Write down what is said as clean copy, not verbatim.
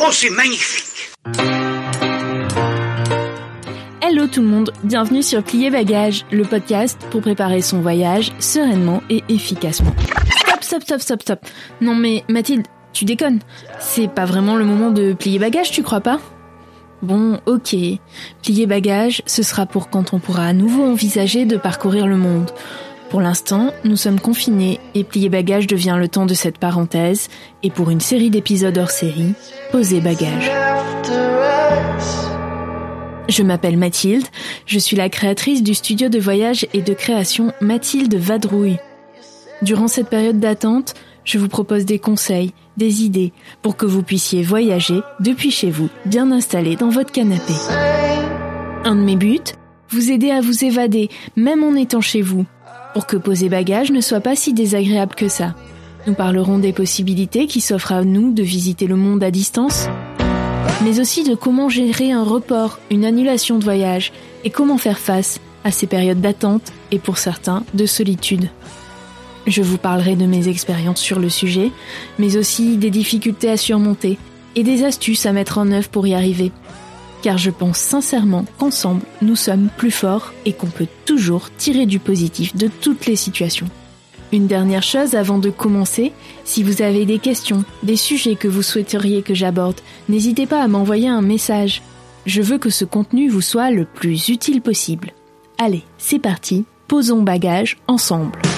Oh, c'est magnifique! Hello tout le monde, bienvenue sur Plier Bagages, le podcast pour préparer son voyage sereinement et efficacement. Stop. Non mais Mathilde, tu déconnes. C'est pas vraiment le moment de plier bagages, tu crois pas ? Bon, ok. Plier bagages, ce sera pour quand on pourra à nouveau envisager de parcourir le monde. Pour l'instant, nous sommes confinés et plier bagages devient le temps de cette parenthèse et pour une série d'épisodes hors série, poser bagages. Je m'appelle Mathilde, je suis la créatrice du studio de voyage et de création Mathilde Vadrouille. Durant cette période d'attente, je vous propose des conseils, des idées pour que vous puissiez voyager depuis chez vous, bien installé dans votre canapé. Un de mes buts, vous aider à vous évader, même en étant chez vous, pour que poser bagages ne soit pas si désagréable que ça. Nous parlerons des possibilités qui s'offrent à nous de visiter le monde à distance, mais aussi de comment gérer un report, une annulation de voyage, et comment faire face à ces périodes d'attente et pour certains de solitude. Je vous parlerai de mes expériences sur le sujet, mais aussi des difficultés à surmonter et des astuces à mettre en œuvre pour y arriver. Car je pense sincèrement qu'ensemble, nous sommes plus forts et qu'on peut toujours tirer du positif de toutes les situations. Une dernière chose avant de commencer, si vous avez des questions, des sujets que vous souhaiteriez que j'aborde, n'hésitez pas à m'envoyer un message. Je veux que ce contenu vous soit le plus utile possible. Allez, c'est parti, posons bagages ensemble.